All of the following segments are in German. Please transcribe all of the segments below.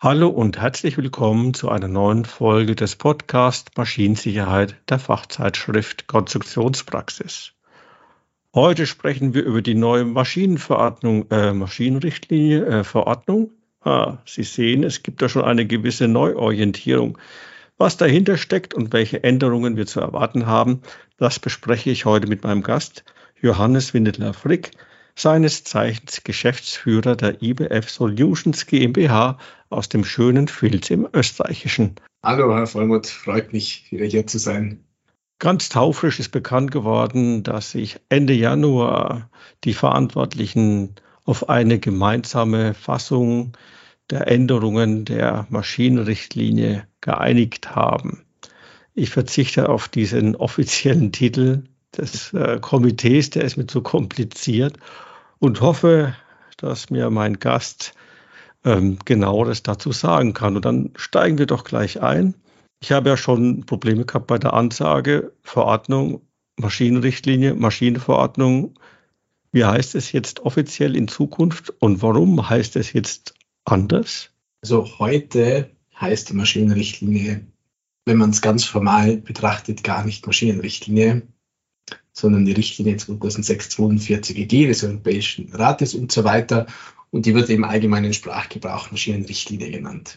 Hallo und herzlich willkommen zu einer neuen Folge des Podcasts Maschinensicherheit der Fachzeitschrift Konstruktionspraxis. Heute sprechen wir über die neue Maschinenrichtlinie, Verordnung. Sie sehen, es gibt da schon eine gewisse Neuorientierung. Was dahinter steckt und welche Änderungen wir zu erwarten haben, das bespreche ich heute mit meinem Gast Johannes Windler-Frick, seines Zeichens Geschäftsführer der IBF Solutions GmbH aus dem schönen Vils im Österreichischen. Hallo, Herr Vollmuth, freut mich, wieder hier zu sein. Ganz taufrisch ist bekannt geworden, dass sich Ende Januar die Verantwortlichen auf eine gemeinsame Fassung der Änderungen der Maschinenrichtlinie geeinigt haben. Ich verzichte auf diesen offiziellen Titel des Komitees, der ist mir zu kompliziert, und hoffe, dass mir mein Gast genaueres dazu sagen kann. Und dann steigen wir doch gleich ein. Ich habe ja schon Probleme gehabt bei der Ansage, Verordnung, Maschinenrichtlinie, Maschinenverordnung. Wie heißt es jetzt offiziell in Zukunft und warum heißt es jetzt anders? Also heute heißt die Maschinenrichtlinie, wenn man es ganz formal betrachtet, gar nicht Maschinenrichtlinie, sondern die Richtlinie 2006/42 des Europäischen Rates und so weiter. Und die wird im allgemeinen Sprachgebrauch Maschinenrichtlinie genannt.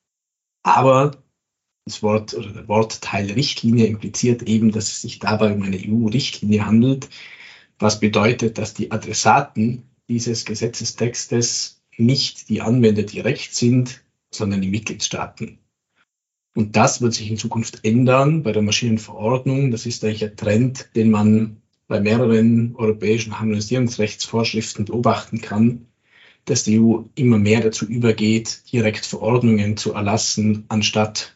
Aber das Wort oder der Wortteil Richtlinie impliziert eben, dass es sich dabei um eine EU-Richtlinie handelt, was bedeutet, dass die Adressaten dieses Gesetzestextes nicht die Anwender direkt sind, sondern die Mitgliedstaaten. Und das wird sich in Zukunft ändern bei der Maschinenverordnung. Das ist eigentlich ein Trend, den man bei mehreren europäischen Harmonisierungsrechtsvorschriften beobachten kann, dass die EU immer mehr dazu übergeht, direkt Verordnungen zu erlassen, anstatt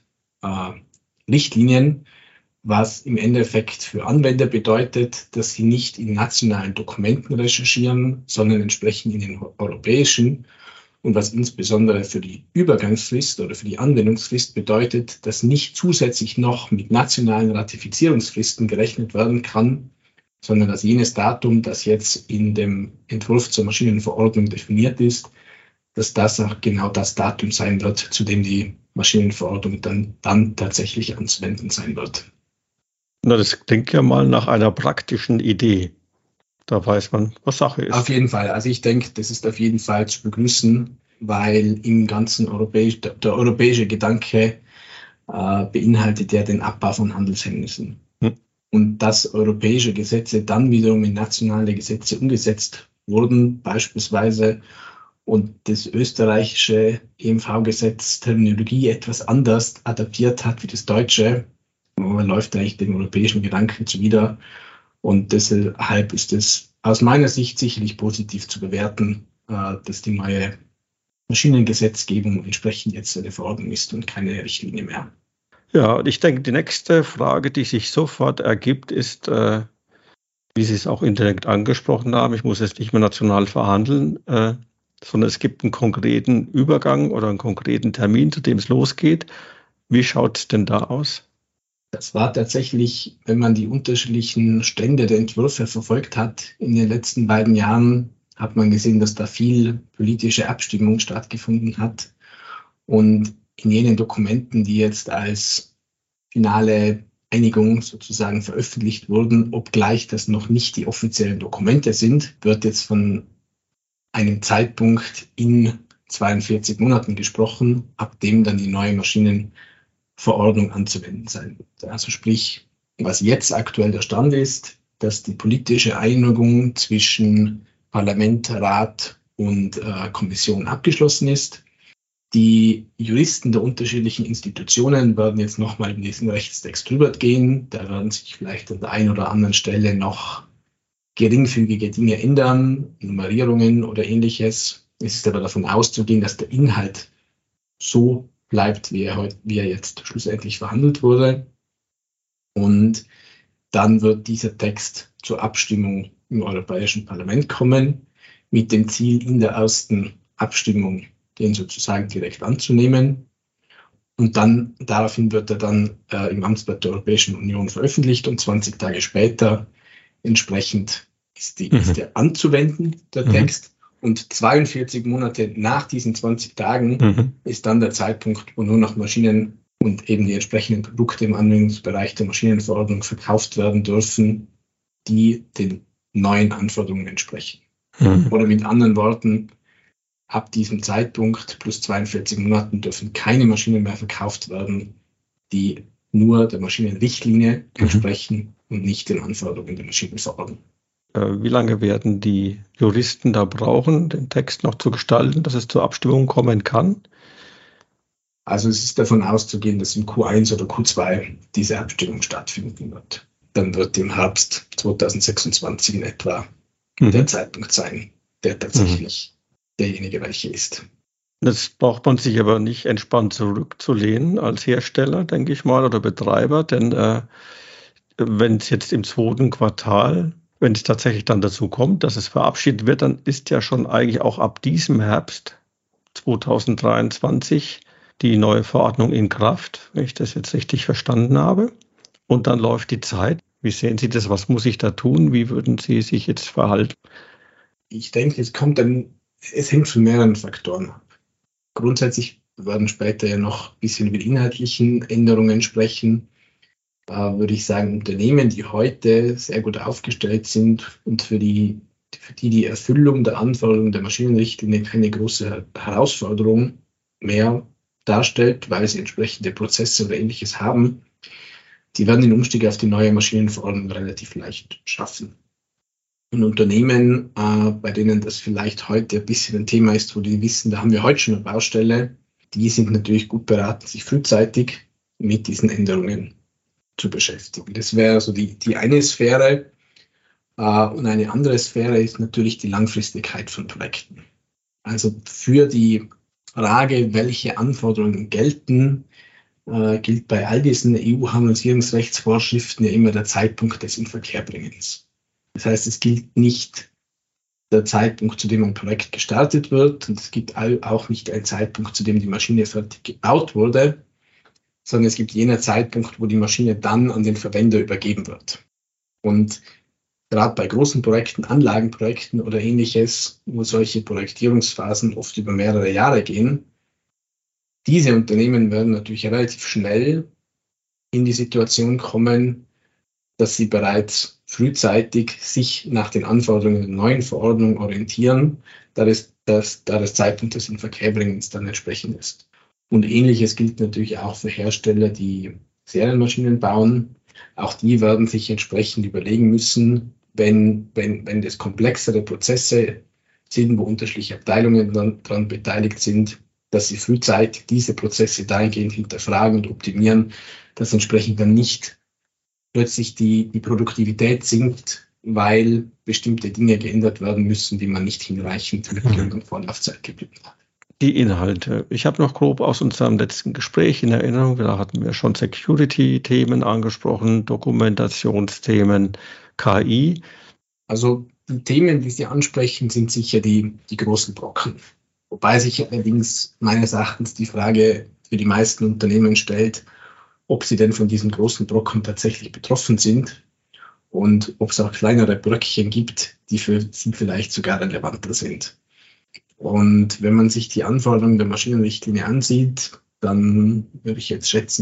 Richtlinien, was im Endeffekt für Anwender bedeutet, dass sie nicht in nationalen Dokumenten recherchieren, sondern entsprechend in den europäischen. Und was insbesondere für die Übergangsfrist oder für die Anwendungsfrist bedeutet, dass nicht zusätzlich noch mit nationalen Ratifizierungsfristen gerechnet werden kann, sondern dass jenes Datum, das jetzt in dem Entwurf zur Maschinenverordnung definiert ist, dass das auch genau das Datum sein wird, zu dem die Maschinenverordnung dann tatsächlich anzuwenden sein wird. Na, das klingt ja mal nach einer praktischen Idee. Da weiß man, was Sache ist. Auf jeden Fall. Also ich denke, das ist auf jeden Fall zu begrüßen, weil im ganzen der europäische Gedanke beinhaltet ja den Abbau von Handelshemmnissen. Und dass europäische Gesetze dann wiederum in nationale Gesetze umgesetzt wurden, beispielsweise, und das österreichische EMV-Gesetz Terminologie etwas anders adaptiert hat wie das deutsche, man läuft eigentlich dem europäischen Gedanken zuwider. Und deshalb ist es aus meiner Sicht sicherlich positiv zu bewerten, dass die neue Maschinengesetzgebung entsprechend jetzt eine Verordnung ist und keine Richtlinie mehr. Ja, und ich denke, die nächste Frage, die sich sofort ergibt, ist, wie Sie es auch indirekt angesprochen haben, ich muss jetzt nicht mehr national verhandeln, sondern es gibt einen konkreten Übergang oder einen konkreten Termin, zu dem es losgeht. Wie schaut es denn da aus? Das war tatsächlich, wenn man die unterschiedlichen Stände der Entwürfe verfolgt hat, in den letzten beiden Jahren hat man gesehen, dass da viel politische Abstimmung stattgefunden hat. Und in jenen Dokumenten, die jetzt als finale Einigung sozusagen veröffentlicht wurden, obgleich das noch nicht die offiziellen Dokumente sind, wird jetzt von einem Zeitpunkt in 42 Monaten gesprochen, ab dem dann die neue Maschinenverordnung anzuwenden sein wird. Also sprich, was jetzt aktuell der Stand ist, dass die politische Einigung zwischen Parlament, Rat und Kommission abgeschlossen ist. Die Juristen der unterschiedlichen Institutionen werden jetzt nochmal in diesen Rechtstext drüber gehen. Da werden sich vielleicht an der einen oder anderen Stelle noch geringfügige Dinge ändern, Nummerierungen oder ähnliches. Es ist aber davon auszugehen, dass der Inhalt so bleibt, wie er jetzt schlussendlich verhandelt wurde. Und dann wird dieser Text zur Abstimmung im Europäischen Parlament kommen, mit dem Ziel, in der ersten Abstimmung den sozusagen direkt anzunehmen. Und dann daraufhin wird er dann im Amtsblatt der Europäischen Union veröffentlicht und 20 Tage später entsprechend ist der anzuwenden, der Text. Und 42 Monate nach diesen 20 Tagen ist dann der Zeitpunkt, wo nur noch Maschinen und eben die entsprechenden Produkte im Anwendungsbereich der Maschinenverordnung verkauft werden dürfen, die den neuen Anforderungen entsprechen. Oder mit anderen Worten, ab diesem Zeitpunkt plus 42 Monaten dürfen keine Maschinen mehr verkauft werden, die nur der Maschinenrichtlinie entsprechen und nicht den Anforderungen der Maschinenverordnung. Wie lange werden die Juristen da brauchen, den Text noch zu gestalten, dass es zur Abstimmung kommen kann? Also es ist davon auszugehen, dass im Q1 oder Q2 diese Abstimmung stattfinden wird. Dann wird im Herbst 2026 in etwa der Zeitpunkt sein, der tatsächlich derjenige welche ist. Das braucht man sich aber nicht entspannt zurückzulehnen als Hersteller, denke ich mal, oder Betreiber, denn wenn es jetzt im 2. Quartal, wenn es tatsächlich dann dazu kommt, dass es verabschiedet wird, dann ist ja schon eigentlich auch ab diesem Herbst 2023 die neue Verordnung in Kraft, wenn ich das jetzt richtig verstanden habe. Und dann läuft die Zeit. Wie sehen Sie das? Was muss ich da tun? Wie würden Sie sich jetzt verhalten? Ich denke, es hängt von mehreren Faktoren ab. Grundsätzlich werden später ja noch ein bisschen über die inhaltlichen Änderungen sprechen. Da würde ich sagen, Unternehmen, die heute sehr gut aufgestellt sind und für die Erfüllung der Anforderungen der Maschinenrichtlinie keine große Herausforderung mehr darstellt, weil sie entsprechende Prozesse oder Ähnliches haben, die werden den Umstieg auf die neue Maschinenverordnung relativ leicht schaffen. Und Unternehmen, bei denen das vielleicht heute ein bisschen ein Thema ist, wo die wissen, da haben wir heute schon eine Baustelle, die sind natürlich gut beraten, sich frühzeitig mit diesen Änderungen zu beschäftigen. Das wäre also die eine Sphäre. Und eine andere Sphäre ist natürlich die Langfristigkeit von Projekten. Also für die Frage, welche Anforderungen gelten, gilt bei all diesen EU-Harmonisierungsrechtsvorschriften ja immer der Zeitpunkt des Inverkehrbringens. Das heißt, es gilt nicht der Zeitpunkt, zu dem ein Projekt gestartet wird, und es gibt auch nicht einen Zeitpunkt, zu dem die Maschine fertig gebaut wurde, sondern es gibt jener Zeitpunkt, wo die Maschine dann an den Verwender übergeben wird. Und gerade bei großen Projekten, Anlagenprojekten oder Ähnliches, wo solche Projektierungsphasen oft über mehrere Jahre gehen, diese Unternehmen werden natürlich relativ schnell in die Situation kommen, dass sie bereits frühzeitig sich nach den Anforderungen der neuen Verordnung orientieren, da das Zeitpunkt des Inverkehrbringens dann entsprechend ist. Und Ähnliches gilt natürlich auch für Hersteller, die Serienmaschinen bauen. Auch die werden sich entsprechend überlegen müssen, wenn das komplexere Prozesse sind, wo unterschiedliche Abteilungen daran beteiligt sind, dass sie frühzeitig diese Prozesse dahingehend hinterfragen und optimieren, dass entsprechend dann nicht plötzlich die Produktivität sinkt, weil bestimmte Dinge geändert werden müssen, die man nicht hinreichend mit genügend Vorlaufzeit geblieben hat. Die Inhalte. Ich habe noch grob aus unserem letzten Gespräch in Erinnerung, da hatten wir schon Security-Themen angesprochen, Dokumentationsthemen, KI. Also die Themen, die Sie ansprechen, sind sicher die großen Brocken. Wobei sich allerdings meines Erachtens die Frage für die meisten Unternehmen stellt, ob sie denn von diesen großen Brocken tatsächlich betroffen sind und ob es auch kleinere Bröckchen gibt, die für sie vielleicht sogar relevanter sind. Und wenn man sich die Anforderungen der Maschinenrichtlinie ansieht, dann würde ich jetzt schätzen,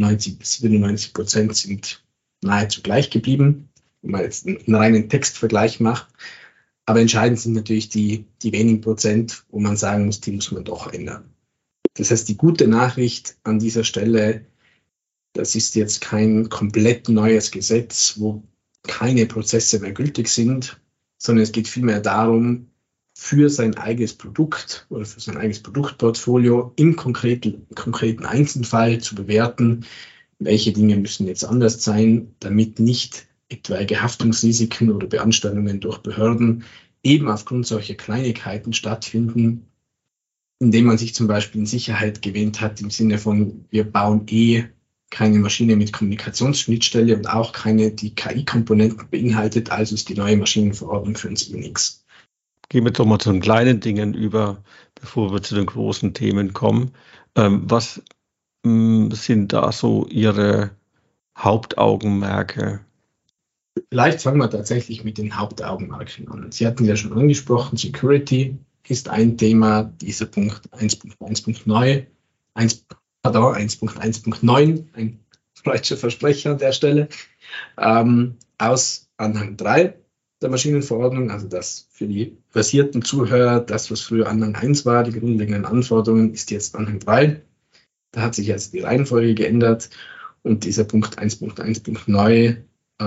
95-97% sind nahezu gleich geblieben, wenn man jetzt einen reinen Textvergleich macht. Aber entscheidend sind natürlich die wenigen Prozent, wo man sagen muss, die muss man doch ändern. Das heißt, die gute Nachricht an dieser Stelle, das ist jetzt kein komplett neues Gesetz, wo keine Prozesse mehr gültig sind, sondern es geht vielmehr darum, für sein eigenes Produkt oder für sein eigenes Produktportfolio im konkreten Einzelfall zu bewerten, welche Dinge müssen jetzt anders sein, damit nicht etwaige Haftungsrisiken oder Beanstandungen durch Behörden eben aufgrund solcher Kleinigkeiten stattfinden, indem man sich zum Beispiel in Sicherheit gewähnt hat, im Sinne von, wir bauen keine Maschine mit Kommunikationsschnittstelle und auch keine, die KI-Komponenten beinhaltet, also ist die neue Maschinenverordnung für uns nichts. Gehen wir doch mal zu den kleinen Dingen über, bevor wir zu den großen Themen kommen. Was sind da so Ihre Hauptaugenmerke? Vielleicht fangen wir tatsächlich mit den Hauptaugenmerken an. Sie hatten ja schon angesprochen, Security. ist ein Thema dieser Punkt 1.1.9, 1.1.9, ein freudscher Versprecher an der Stelle, aus Anhang 3 der Maschinenverordnung, also das für die versierten Zuhörer, das, was früher Anhang 1 war, die grundlegenden Anforderungen, ist jetzt Anhang 3. Da hat sich jetzt die Reihenfolge geändert und dieser Punkt 1.1.9,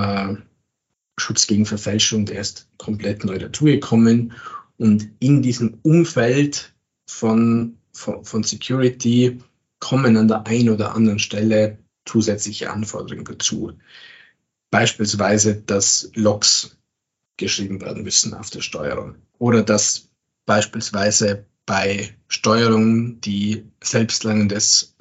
Schutz gegen Verfälschung, der ist komplett neu dazugekommen. Und in diesem Umfeld von Security kommen an der einen oder anderen Stelle zusätzliche Anforderungen dazu. Beispielsweise, dass Logs geschrieben werden müssen auf der Steuerung. Oder dass beispielsweise bei Steuerungen, die selbstlernendes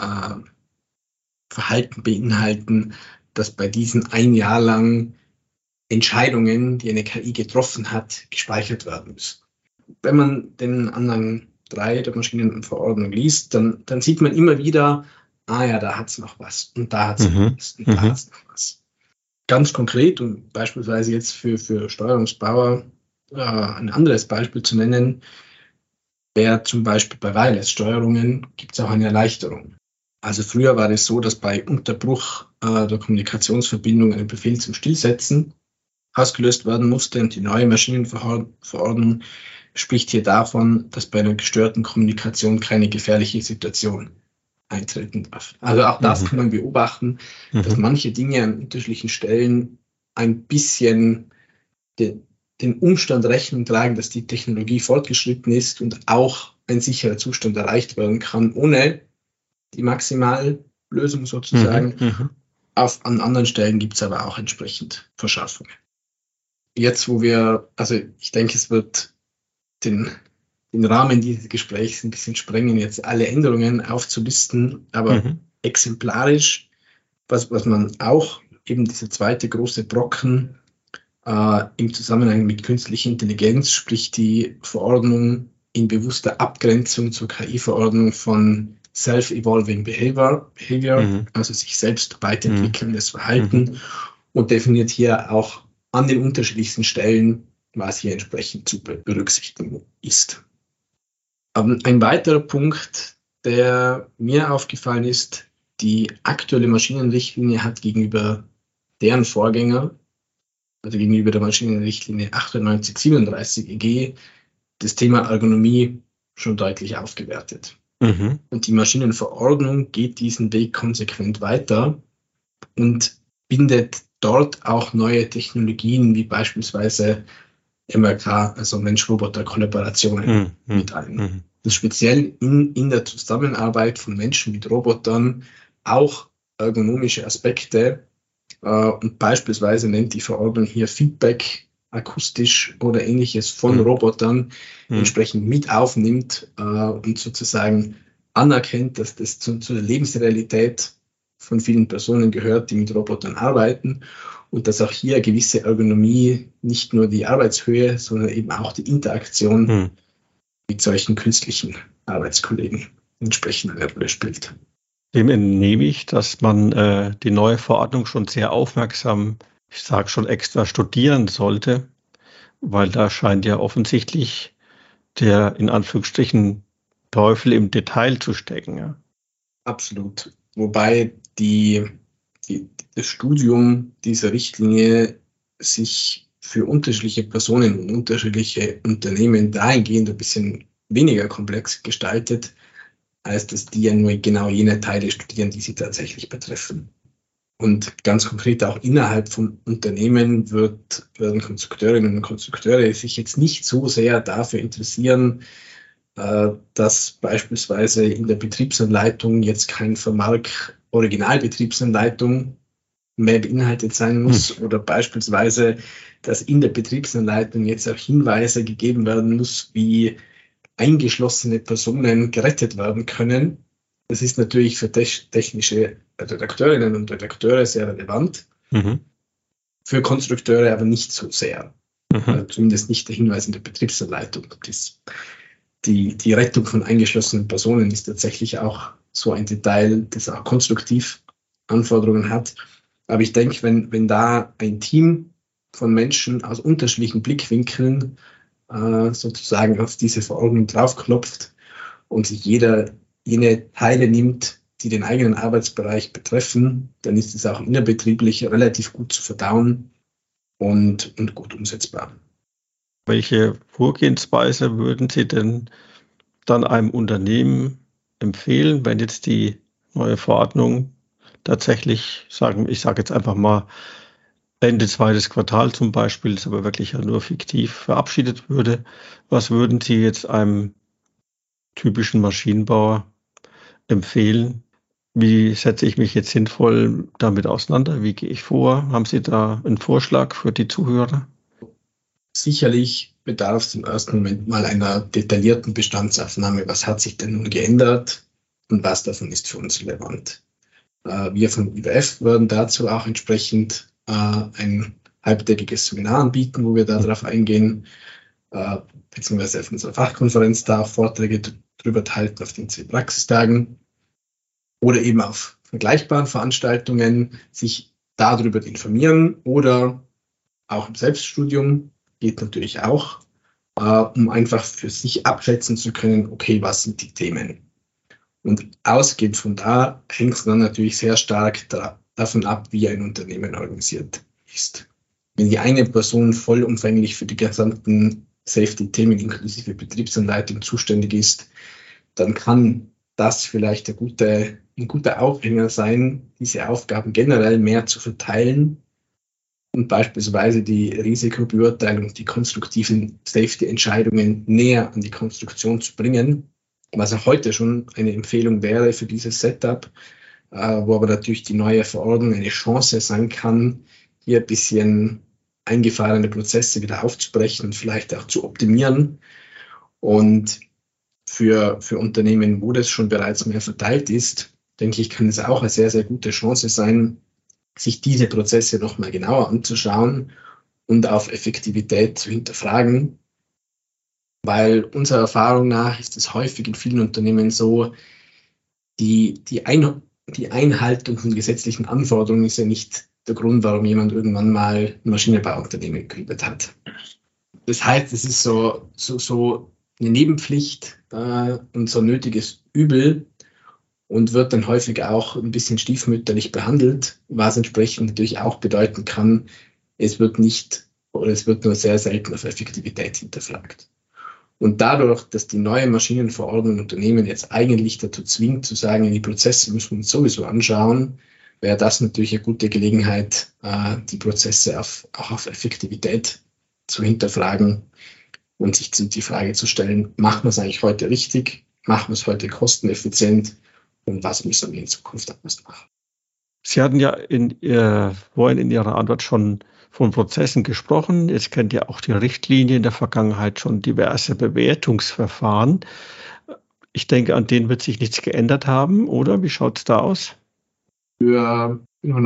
Verhalten beinhalten, dass bei diesen ein Jahr lang Entscheidungen, die eine KI getroffen hat, gespeichert werden müssen. Wenn man den Anhang 3 der Maschinenverordnung liest, dann sieht man immer wieder, da hat es noch was und da hat es noch was und da hat es noch was. Ganz konkret und beispielsweise jetzt für Steuerungsbauer ein anderes Beispiel zu nennen, wäre zum Beispiel bei Wireless-Steuerungen gibt es auch eine Erleichterung. Also früher war es so, dass bei Unterbruch der Kommunikationsverbindung ein Befehl zum Stillsetzen ausgelöst werden musste und die neue Maschinenverordnung spricht hier davon, dass bei einer gestörten Kommunikation keine gefährliche Situation eintreten darf. Also auch das kann man beobachten, dass manche Dinge an unterschiedlichen Stellen ein bisschen den Umstand Rechnung tragen, dass die Technologie fortgeschritten ist und auch ein sicherer Zustand erreicht werden kann, ohne die Maximallösung sozusagen. An anderen Stellen gibt es aber auch entsprechend Verschärfungen. Jetzt, ich denke, es wird den Rahmen dieses Gesprächs ein bisschen sprengen, jetzt alle Änderungen aufzulisten, aber exemplarisch, was man auch, eben dieser zweite große Brocken im Zusammenhang mit künstlicher Intelligenz, sprich die Verordnung in bewusster Abgrenzung zur KI-Verordnung von Self-Evolving Behavior, also sich selbst weiterentwickelndes Verhalten und definiert hier auch an den unterschiedlichsten Stellen, was hier entsprechend zu berücksichtigen ist. Ein weiterer Punkt, der mir aufgefallen ist, die aktuelle Maschinenrichtlinie hat gegenüber deren Vorgänger, also gegenüber der Maschinenrichtlinie 9837 EG, das Thema Ergonomie schon deutlich aufgewertet. Und die Maschinenverordnung geht diesen Weg konsequent weiter und bindet dort auch neue Technologien wie beispielsweise MRK, also Mensch-Roboter-Kollaborationen mit ein. Das speziell in der Zusammenarbeit von Menschen mit Robotern auch ergonomische Aspekte und beispielsweise nennt die Verordnung hier Feedback akustisch oder ähnliches von Robotern entsprechend mit aufnimmt und sozusagen anerkennt, dass das zur Lebensrealität von vielen Personen gehört, die mit Robotern arbeiten und dass auch hier gewisse Ergonomie nicht nur die Arbeitshöhe, sondern eben auch die Interaktion mit solchen künstlichen Arbeitskollegen entsprechend eine Rolle spielt. Dem entnehme ich, dass man die neue Verordnung schon sehr aufmerksam, ich sage schon extra studieren sollte, weil da scheint ja offensichtlich der in Anführungsstrichen Teufel im Detail zu stecken. Ja. Absolut. Wobei das Studium dieser Richtlinie sich für unterschiedliche Personen und unterschiedliche Unternehmen dahingehend ein bisschen weniger komplex gestaltet, als dass die ja nur genau jene Teile studieren, die sie tatsächlich betreffen. Und ganz konkret auch innerhalb von Unternehmen werden Konstrukteurinnen und Konstrukteure sich jetzt nicht so sehr dafür interessieren, dass beispielsweise in der Betriebsanleitung jetzt kein Vermerk Originalbetriebsanleitung mehr beinhaltet sein muss oder beispielsweise, dass in der Betriebsanleitung jetzt auch Hinweise gegeben werden muss, wie eingeschlossene Personen gerettet werden können. Das ist natürlich für technische Redakteurinnen und Redakteure sehr relevant, für Konstrukteure aber nicht so sehr. Zumindest nicht der Hinweis in der Betriebsanleitung. Die Rettung von eingeschlossenen Personen ist tatsächlich auch so ein Detail, das auch konstruktiv Anforderungen hat. Aber ich denke, wenn da ein Team von Menschen aus unterschiedlichen Blickwinkeln sozusagen auf diese Verordnung draufklopft und sich jeder jene Teile nimmt, die den eigenen Arbeitsbereich betreffen, dann ist es auch innerbetrieblich relativ gut zu verdauen und gut umsetzbar. Welche Vorgehensweise würden Sie denn dann einem Unternehmen empfehlen, wenn jetzt die neue Verordnung tatsächlich ich sage jetzt einfach mal Ende zweites Quartal zum Beispiel, ist aber wirklich ja nur fiktiv verabschiedet würde? Was würden Sie jetzt einem typischen Maschinenbauer empfehlen? Wie setze ich mich jetzt sinnvoll damit auseinander? Wie gehe ich vor? Haben Sie da einen Vorschlag für die Zuhörer? Sicherlich bedarf es im ersten Moment mal einer detaillierten Bestandsaufnahme. Was hat sich denn nun geändert und was davon ist für uns relevant? Wir von IWF werden dazu auch entsprechend ein halbtägiges Seminar anbieten, wo wir darauf eingehen, beziehungsweise auf unserer Fachkonferenz da auch Vorträge drüber halten auf den 10 Praxistagen oder eben auf vergleichbaren Veranstaltungen sich darüber informieren oder auch im Selbststudium geht natürlich auch, um einfach für sich abschätzen zu können, okay, was sind die Themen? Und ausgehend von da hängt es dann natürlich sehr stark davon ab, wie ein Unternehmen organisiert ist. Wenn die eine Person vollumfänglich für die gesamten Safety-Themen inklusive Betriebsanleitung zuständig ist, dann kann das vielleicht ein guter Aufhänger sein, diese Aufgaben generell mehr zu verteilen und beispielsweise die Risikobeurteilung, die konstruktiven Safety-Entscheidungen näher an die Konstruktion zu bringen, was auch heute schon eine Empfehlung wäre für dieses Setup, wo aber natürlich die neue Verordnung eine Chance sein kann, hier ein bisschen eingefahrene Prozesse wieder aufzubrechen und vielleicht auch zu optimieren. Und für Unternehmen, wo das schon bereits mehr verteilt ist, denke ich, kann es auch eine sehr, sehr gute Chance sein, sich diese Prozesse nochmal genauer anzuschauen und auf Effektivität zu hinterfragen. Weil unserer Erfahrung nach ist es häufig in vielen Unternehmen so, die Einhaltung von gesetzlichen Anforderungen ist ja nicht der Grund, warum jemand irgendwann mal ein Maschinenbauunternehmen gegründet hat. Das heißt, es ist so eine Nebenpflicht und so ein nötiges Übel und wird dann häufig auch ein bisschen stiefmütterlich behandelt, was entsprechend natürlich auch bedeuten kann, es wird nur sehr selten auf Effektivität hinterfragt. Und dadurch, dass die neue Maschinenverordnung Unternehmen jetzt eigentlich dazu zwingt, zu sagen, die Prozesse müssen wir uns sowieso anschauen, wäre das natürlich eine gute Gelegenheit, die Prozesse auch auf Effektivität zu hinterfragen und sich die Frage zu stellen, machen wir es eigentlich heute richtig, machen wir es heute kosteneffizient und was müssen wir in Zukunft anders machen? Sie hatten ja vorhin in Ihrer Antwort schon von Prozessen gesprochen. Jetzt kennt ihr auch die Richtlinie, in der Vergangenheit schon diverse Bewertungsverfahren. Ich denke, an denen wird sich nichts geändert haben, oder? Wie schaut es da aus? Für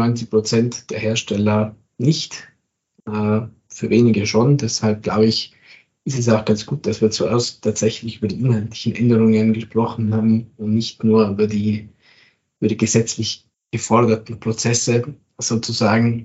95% der Hersteller nicht, für wenige schon. Deshalb glaube ich, ist es auch ganz gut, dass wir zuerst tatsächlich über die inhaltlichen Änderungen gesprochen haben und nicht nur über die gesetzlich geforderten Prozesse sozusagen.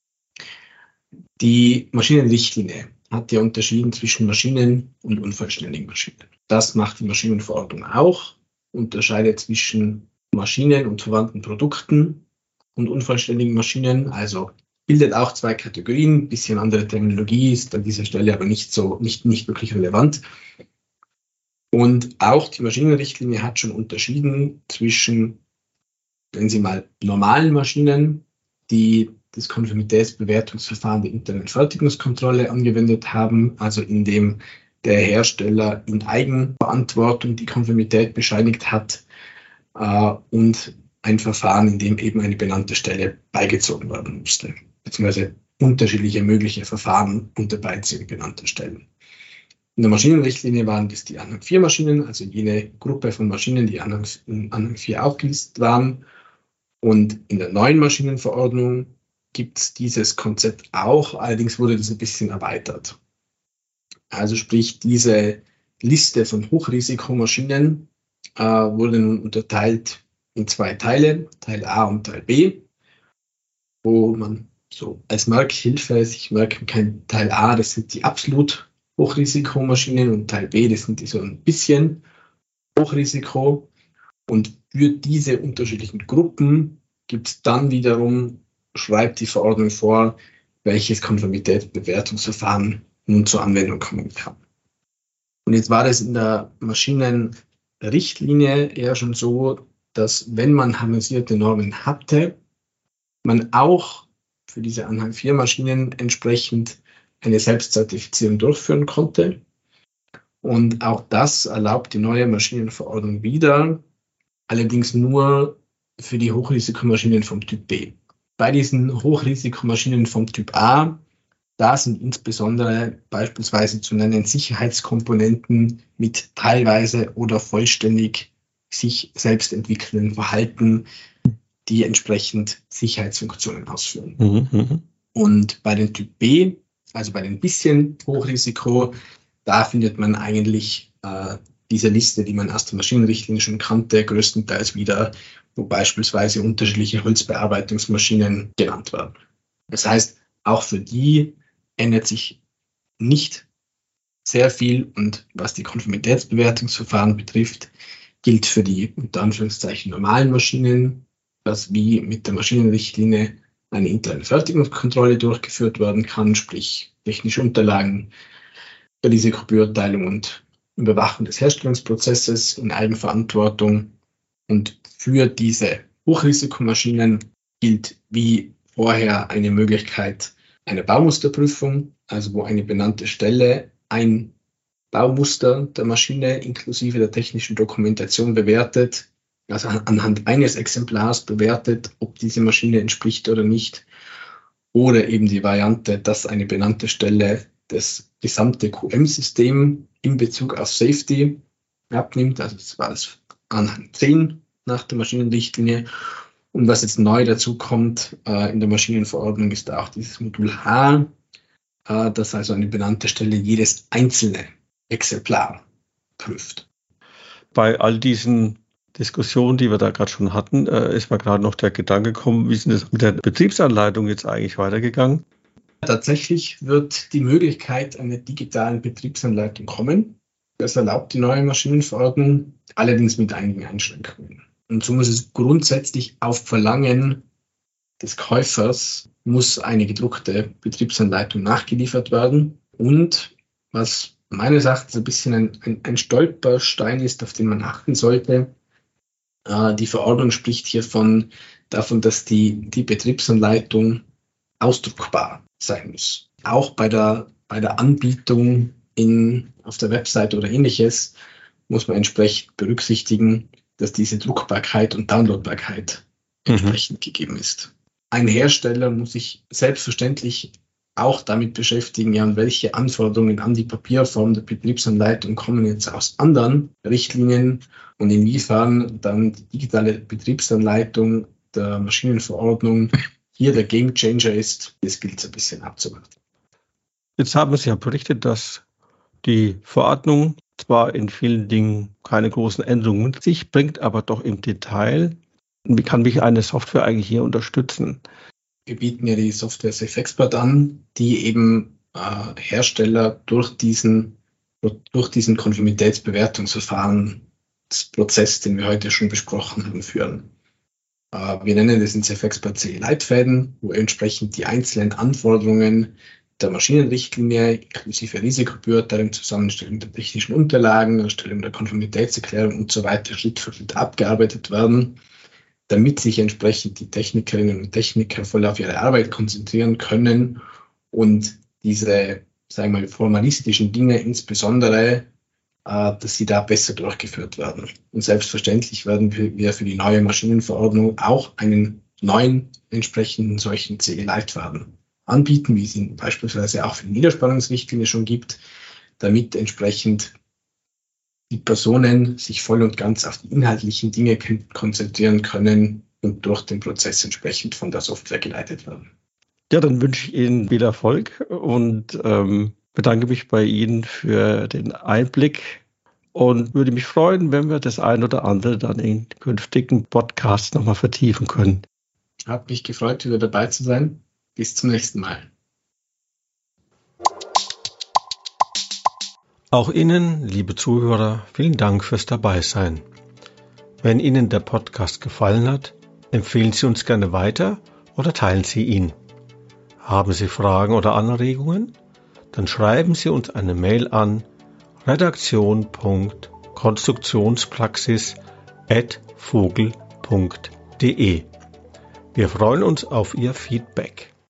Die Maschinenrichtlinie hat ja unterschieden zwischen Maschinen und unvollständigen Maschinen. Das macht die Maschinenverordnung auch, unterscheidet zwischen Maschinen und verwandten Produkten und unvollständigen Maschinen, also bildet auch 2 Kategorien, ein bisschen andere Terminologie, ist an dieser Stelle aber nicht wirklich relevant. Und auch die Maschinenrichtlinie hat schon unterschieden zwischen, wenn Sie mal, normalen Maschinen, die das Konformitätsbewertungsverfahren der internen Fertigungskontrolle angewendet haben, also in dem der Hersteller in Eigenverantwortung die Konformität bescheinigt hat, und ein Verfahren, in dem eben eine benannte Stelle beigezogen werden musste, beziehungsweise unterschiedliche mögliche Verfahren unter Beiziehen benannter Stellen. In der Maschinenrichtlinie waren das die Anhang 4 Maschinen, also jene Gruppe von Maschinen, die in Anhang 4 aufgelistet waren. Und in der neuen Maschinenverordnung gibt es dieses Konzept auch, allerdings wurde das ein bisschen erweitert. Also sprich, diese Liste von Hochrisikomaschinen wurde nun unterteilt in 2 Teile, Teil A und Teil B, wo man so als Merkhilfe sich merken kann, Teil A, das sind die absolut Hochrisikomaschinen und Teil B, das sind die so ein bisschen Hochrisiko. Und für diese unterschiedlichen Gruppen gibt es dann wiederum, schreibt die Verordnung vor, welches Konformitätsbewertungsverfahren nun zur Anwendung kommen kann. Und jetzt war es in der Maschinenrichtlinie eher schon so, dass wenn man harmonisierte Normen hatte, man auch für diese Anhang 4 Maschinen entsprechend eine Selbstzertifizierung durchführen konnte. Und auch das erlaubt die neue Maschinenverordnung wieder, allerdings nur für die Hochrisikomaschinen vom Typ B. Bei diesen Hochrisikomaschinen vom Typ A, da sind insbesondere beispielsweise zu nennen Sicherheitskomponenten mit teilweise oder vollständig sich selbst entwickelnden Verhalten, die entsprechend Sicherheitsfunktionen ausführen. Und bei den Typ B, also bei den bisschen Hochrisiko, da findet man eigentlich diese Liste, die man aus der Maschinenrichtlinie schon kannte, größtenteils wieder, wo beispielsweise unterschiedliche Holzbearbeitungsmaschinen genannt werden. Das heißt, auch für die ändert sich nicht sehr viel, und was die Konformitätsbewertungsverfahren betrifft, gilt für die unter Anführungszeichen normalen Maschinen, dass wie mit der Maschinenrichtlinie eine interne Fertigungskontrolle durchgeführt werden kann, sprich technische Unterlagen, Risikobeurteilung und Überwachung des Herstellungsprozesses in Eigenverantwortung. Und für diese Hochrisikomaschinen gilt wie vorher eine Möglichkeit einer Baumusterprüfung, also wo eine benannte Stelle ein Baumuster der Maschine inklusive der technischen Dokumentation bewertet, also anhand eines Exemplars bewertet, ob diese Maschine entspricht oder nicht. Oder eben die Variante, dass eine benannte Stelle das gesamte QM-System in Bezug auf Safety abnimmt. Also das war das Anhang 10 nach der Maschinenrichtlinie. Und was jetzt neu dazu kommt in der Maschinenverordnung, ist auch dieses Modul H, das also eine benannte Stelle jedes einzelne Exemplar prüft. Bei all diesen Diskussionen, die wir da gerade schon hatten, ist mir gerade noch der Gedanke gekommen, wie ist denn das mit der Betriebsanleitung jetzt eigentlich weitergegangen? Tatsächlich wird die Möglichkeit einer digitalen Betriebsanleitung kommen. Das erlaubt die neue Maschinenverordnung, allerdings mit einigen Einschränkungen. Und so muss es grundsätzlich auf Verlangen des Käufers muss eine gedruckte Betriebsanleitung nachgeliefert werden. Und was meines Erachtens ein bisschen ein Stolperstein ist, auf den man achten sollte, die Verordnung spricht hier davon, dass die Betriebsanleitung ausdruckbar sein muss. Auch bei der Anbietung auf der Website oder ähnliches muss man entsprechend berücksichtigen, dass diese Druckbarkeit und Downloadbarkeit entsprechend gegeben ist. Ein Hersteller muss sich selbstverständlich auch damit beschäftigen, ja, und welche Anforderungen an die Papierform der Betriebsanleitung kommen jetzt aus anderen Richtlinien und inwiefern dann die digitale Betriebsanleitung der Maschinenverordnung hier der Gamechanger ist. Das gilt es ein bisschen abzuwarten. Jetzt haben Sie ja berichtet, dass die Verordnung zwar in vielen Dingen keine großen Änderungen mit sich bringt, aber doch im Detail. Wie kann mich eine Software eigentlich hier unterstützen? Wir bieten ja die Software SafeXpert an, die eben Hersteller durch diesen Konformitätsbewertungsverfahrensprozess, den wir heute schon besprochen haben, führen. Wir nennen das in SafeXpert CE-Leitfäden, wo entsprechend die einzelnen Anforderungen der Maschinenrichtlinie inklusive Risikobeurteilung, Zusammenstellung der technischen Unterlagen, Erstellung der Konformitätserklärung und so weiter Schritt für Schritt abgearbeitet werden, damit sich entsprechend die Technikerinnen und Techniker voll auf ihre Arbeit konzentrieren können und diese, sagen wir mal, formalistischen Dinge insbesondere, dass sie da besser durchgeführt werden. Und selbstverständlich werden wir für die neue Maschinenverordnung auch einen neuen entsprechenden solchen CE-Leitfaden anbieten, wie es ihn beispielsweise auch für die Niederspannungsrichtlinie schon gibt, damit entsprechend die Personen sich voll und ganz auf die inhaltlichen Dinge konzentrieren können und durch den Prozess entsprechend von der Software geleitet werden. Ja, dann wünsche ich Ihnen viel Erfolg und bedanke mich bei Ihnen für den Einblick und würde mich freuen, wenn wir das ein oder andere dann in künftigen Podcasts nochmal vertiefen können. Hat mich gefreut, wieder dabei zu sein. Bis zum nächsten Mal. Auch Ihnen, liebe Zuhörer, vielen Dank fürs Dabeisein. Wenn Ihnen der Podcast gefallen hat, empfehlen Sie uns gerne weiter oder teilen Sie ihn. Haben Sie Fragen oder Anregungen? Dann schreiben Sie uns eine Mail an redaktion.konstruktionspraxis@vogel.de. Wir freuen uns auf Ihr Feedback.